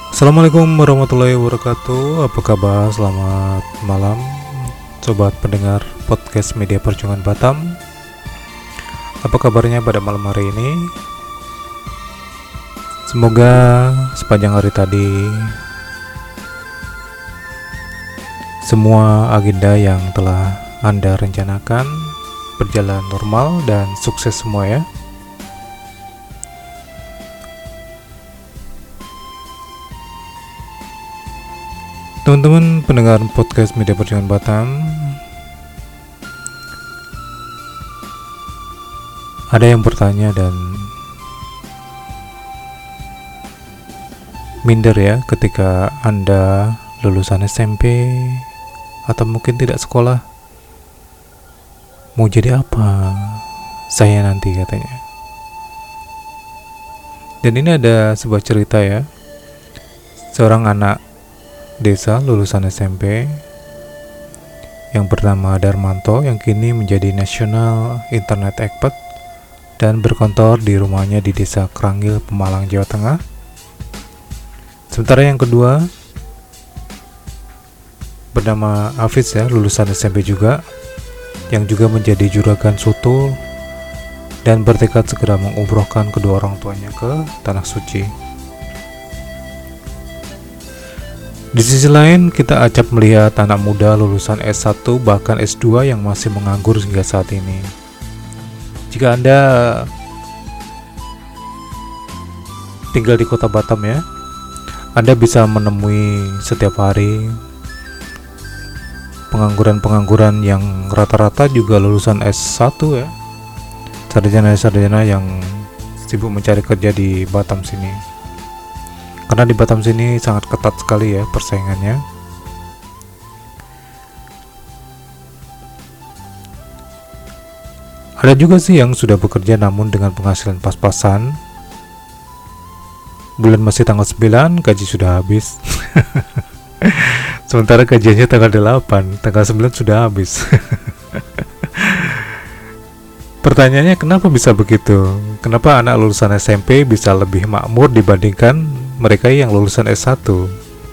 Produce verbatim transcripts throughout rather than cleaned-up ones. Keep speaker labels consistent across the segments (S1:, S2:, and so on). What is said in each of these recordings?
S1: Assalamualaikum warahmatullahi wabarakatuh. Apa kabar? Selamat malam, sobat pendengar podcast Media Perjuangan Batam. Apa kabarnya pada malam hari ini? Semoga sepanjang hari tadi semua agenda yang telah Anda rencanakan berjalan normal dan sukses semua ya. Teman-teman pendengar podcast Media Perjuangan Batam, ada yang bertanya dan minder ya ketika Anda lulusan S M P atau mungkin tidak sekolah, mau jadi apa saya nanti katanya. Dan ini ada sebuah cerita ya, seorang anak desa lulusan S M P yang bernama Darmanto yang kini menjadi National Internet Expert dan berkantor di rumahnya di Desa Kerangil, Pemalang, Jawa Tengah. Sementara yang kedua bernama Hafiz ya, lulusan S M P juga, yang juga menjadi juragan soto dan bertekad segera mengumrohkan kedua orang tuanya ke Tanah Suci. Di sisi lain, kita acap melihat anak muda lulusan S satu bahkan S dua yang masih menganggur hingga saat ini. Jika Anda tinggal di kota Batam ya, Anda bisa menemui setiap hari pengangguran-pengangguran yang rata-rata juga lulusan S satu ya, sarjana-sarjana yang sibuk mencari kerja di Batam sini. Karena di Batam sini sangat ketat sekali ya persaingannya. Ada juga sih yang sudah bekerja namun dengan penghasilan pas-pasan. Bulan masih tanggal sembilan, gaji sudah habis. Sementara gajiannya tanggal delapan, tanggal sembilan sudah habis. Pertanyaannya, kenapa bisa begitu? Kenapa anak lulusan S M P bisa lebih makmur dibandingkan mereka yang lulusan S satu?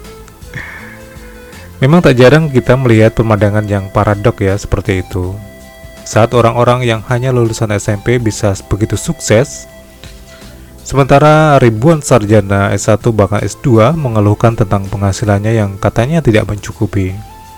S1: Memang tak jarang kita melihat pemandangan yang paradok ya seperti itu. Saat orang-orang yang hanya lulusan S M P bisa begitu sukses, sementara ribuan sarjana S satu bahkan S dua mengeluhkan tentang penghasilannya yang katanya tidak mencukupi.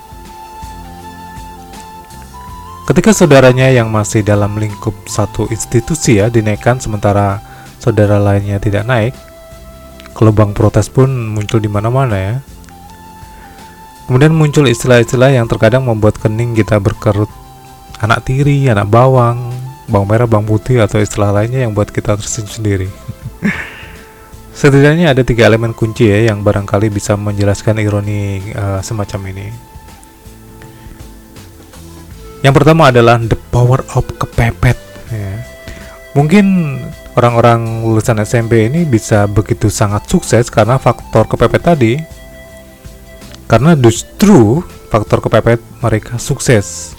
S1: Ketika saudaranya yang masih dalam lingkup satu institusi ya dinaikkan sementara saudara lainnya tidak naik, gelombang protes pun muncul di mana-mana ya. Kemudian muncul istilah-istilah yang terkadang membuat kening kita berkerut. Anak tiri, anak bawang, bawang merah, bawang putih, atau istilah lainnya yang buat kita tersenyum sendiri. Setidaknya ada tiga elemen kunci ya yang barangkali bisa menjelaskan ironi uh, semacam ini. Yang pertama adalah the power of kepepet ya. Mungkin orang-orang lulusan S M P ini bisa begitu sangat sukses karena faktor kepepet tadi. Karena justru faktor kepepet mereka sukses.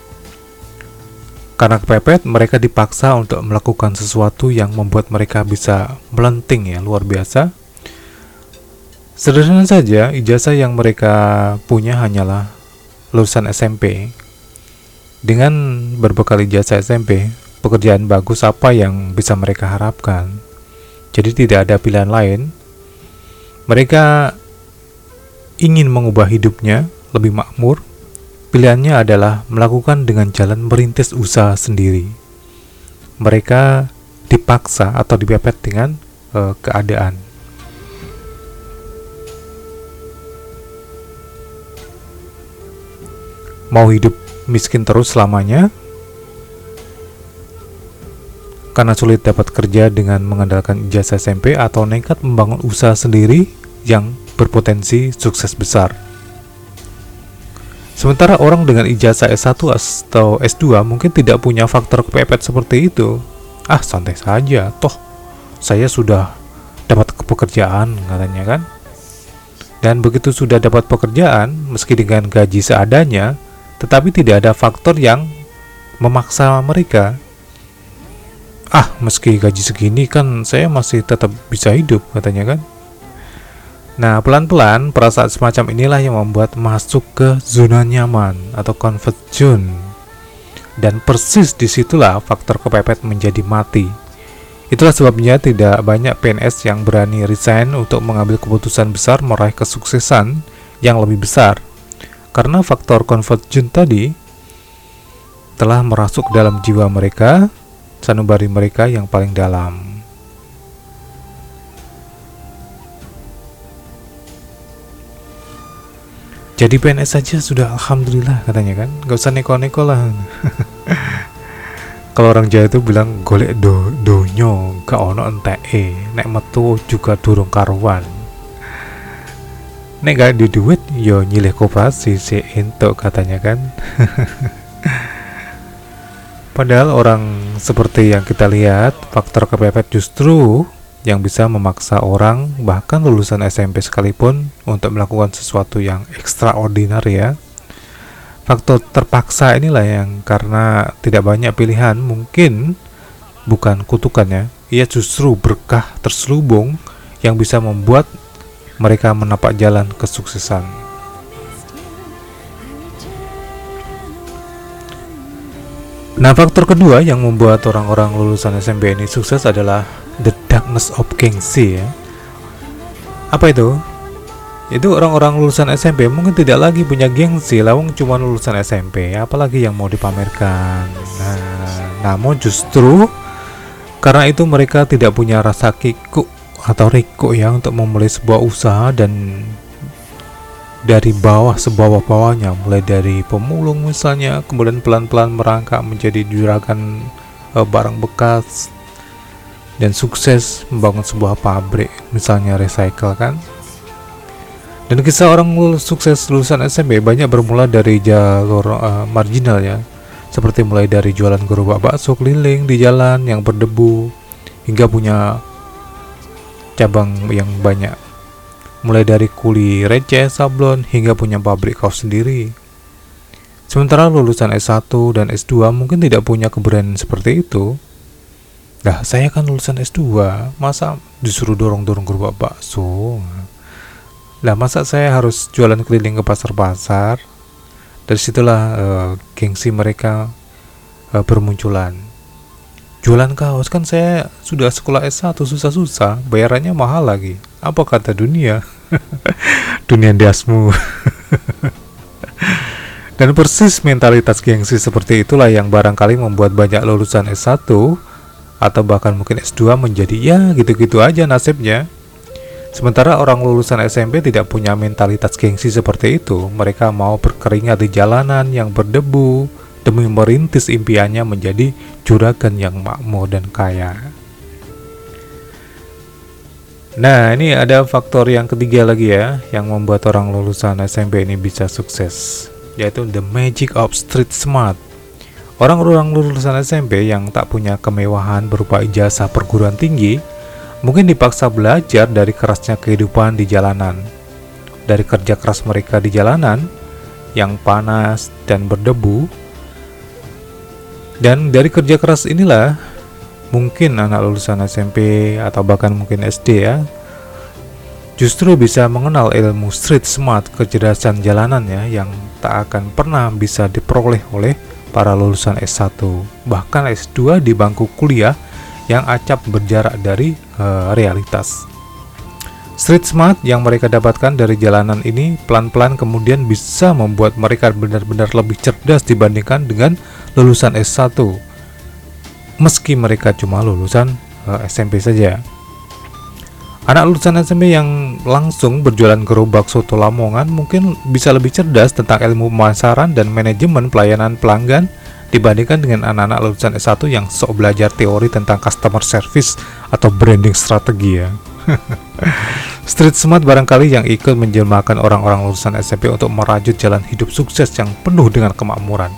S1: Karena kepepet mereka dipaksa untuk melakukan sesuatu yang membuat mereka bisa melenting ya, luar biasa. Sederhana saja, ijazah yang mereka punya hanyalah lulusan S M P. Dengan berbekal ijazah S M P, pekerjaan bagus apa yang bisa mereka harapkan? Jadi tidak ada pilihan lain. Mereka ingin mengubah hidupnya lebih makmur. Pilihannya adalah melakukan dengan jalan merintis usaha sendiri. Mereka dipaksa atau dipepet dengan uh, keadaan. Mau hidup miskin terus selamanya karena sulit dapat kerja dengan mengandalkan ijazah S M P, atau nekat membangun usaha sendiri yang berpotensi sukses besar. Sementara orang dengan ijazah S satu atau S dua mungkin tidak punya faktor kepepet seperti itu. Ah, santai saja, toh saya sudah dapat pekerjaan katanya kan. Dan begitu sudah dapat pekerjaan meski dengan gaji seadanya, tetapi tidak ada faktor yang memaksa mereka. Ah, meski gaji segini kan saya masih tetap bisa hidup katanya kan. Nah, pelan-pelan perasaan semacam inilah yang membuat masuk ke zona nyaman atau comfort zone. Dan persis disitulah faktor kepepet menjadi mati. Itulah sebabnya tidak banyak P N S yang berani resign untuk mengambil keputusan besar meraih kesuksesan yang lebih besar. Karena faktor comfort zone tadi telah merasuk dalam jiwa mereka, sanubari mereka yang paling dalam. Jadi P N S saja sudah alhamdulillah katanya kan, gak usah neko-neko lah. Kalau orang Jawa itu bilang golek do donyo gak ono enteke, nek metu juga durung karuan. Nek gak di duit yo nyilih koperasi si entuk katanya kan. Padahal orang seperti yang kita lihat, faktor kepepet justru yang bisa memaksa orang bahkan lulusan S M P sekalipun untuk melakukan sesuatu yang extraordinary ya. Faktor terpaksa inilah yang karena tidak banyak pilihan mungkin bukan kutukannya, ia justru berkah terselubung yang bisa membuat mereka menapak jalan kesuksesan. Nah, faktor kedua yang membuat orang-orang lulusan S M P ini sukses adalah the darkness of gengsi ya. Apa itu? Itu orang-orang lulusan S M P mungkin tidak lagi punya gengsi, lawang cuma lulusan S M P, apalagi yang mau dipamerkan. Nah, namun justru karena itu mereka tidak punya rasa kiku atau riku ya untuk memulai sebuah usaha dan dari bawah sebawah-bawahnya, mulai dari pemulung misalnya, kemudian pelan-pelan merangkak menjadi juragan e, barang bekas dan sukses membangun sebuah pabrik misalnya recycle kan. Dan kisah orang lulus sukses lulusan S M P banyak bermula dari jalur e, marginal ya, seperti mulai dari jualan gerobak bakso keliling di jalan yang berdebu hingga punya cabang yang banyak. Mulai dari kuli receh, sablon, hingga punya pabrik kaos sendiri. Sementara lulusan S satu dan S dua mungkin tidak punya keberanian seperti itu. Nah, saya kan lulusan S dua, masa disuruh dorong-dorong gerobak bakso? Lah, masa saya harus jualan keliling ke pasar-pasar? Dari situlah uh, gengsi mereka uh, bermunculan. Jualan kaos kan saya sudah sekolah S satu susah-susah, bayarannya mahal lagi. Apa kata dunia? Dunia dasmu. Dan persis mentalitas gengsi seperti itulah yang barangkali membuat banyak lulusan S satu atau bahkan mungkin S dua menjadi ya gitu-gitu aja nasibnya. Sementara orang lulusan S M P tidak punya mentalitas gengsi seperti itu. Mereka mau berkeringat di jalanan yang berdebu demi merintis impiannya menjadi juragan yang makmur dan kaya. Nah, ini ada faktor yang ketiga lagi ya, yang membuat orang lulusan S M P ini bisa sukses, yaitu the magic of street smart. Orang-orang lulusan S M P yang tak punya kemewahan berupa ijazah perguruan tinggi, mungkin dipaksa belajar dari kerasnya kehidupan di jalanan, dari kerja keras mereka di jalanan yang panas dan berdebu. Dan dari kerja keras inilah mungkin anak lulusan S M P atau bahkan mungkin S D ya, justru bisa mengenal ilmu street smart, kecerdasan jalanan ya, yang tak akan pernah bisa diperoleh oleh para lulusan S satu bahkan S dua di bangku kuliah yang acap berjarak dari uh, realitas. Street smart yang mereka dapatkan dari jalanan ini pelan-pelan kemudian bisa membuat mereka benar-benar lebih cerdas dibandingkan dengan lulusan S satu, meski mereka cuma lulusan uh, S M P saja. Anak lulusan S M P yang langsung berjualan gerobak soto Lamongan mungkin bisa lebih cerdas tentang ilmu pemasaran dan manajemen pelayanan pelanggan dibandingkan dengan anak-anak lulusan S satu yang sok belajar teori tentang customer service atau branding strategi ya. Street smart barangkali yang ikut menjelmakan orang-orang lulusan S M P untuk merajut jalan hidup sukses yang penuh dengan kemakmuran.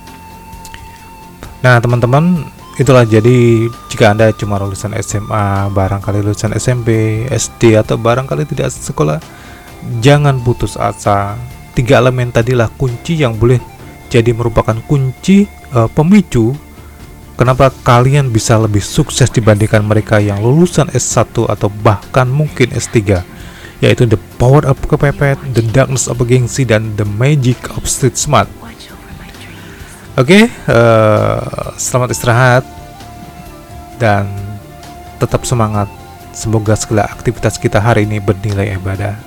S1: Nah teman-teman, itulah jadi jika Anda cuma lulusan S M A, barangkali lulusan S M P, S D, atau barangkali tidak sekolah, jangan putus asa. Tiga elemen tadilah kunci yang boleh jadi merupakan kunci uh, pemicu kenapa kalian bisa lebih sukses dibandingkan mereka yang lulusan S satu atau bahkan mungkin S tiga yaitu The Power of Kepepet, The Darkness of Gengsi, dan The Magic of Street Smart. Oke, uh, selamat istirahat dan tetap semangat. Semoga segala aktivitas kita hari ini bernilai ibadah.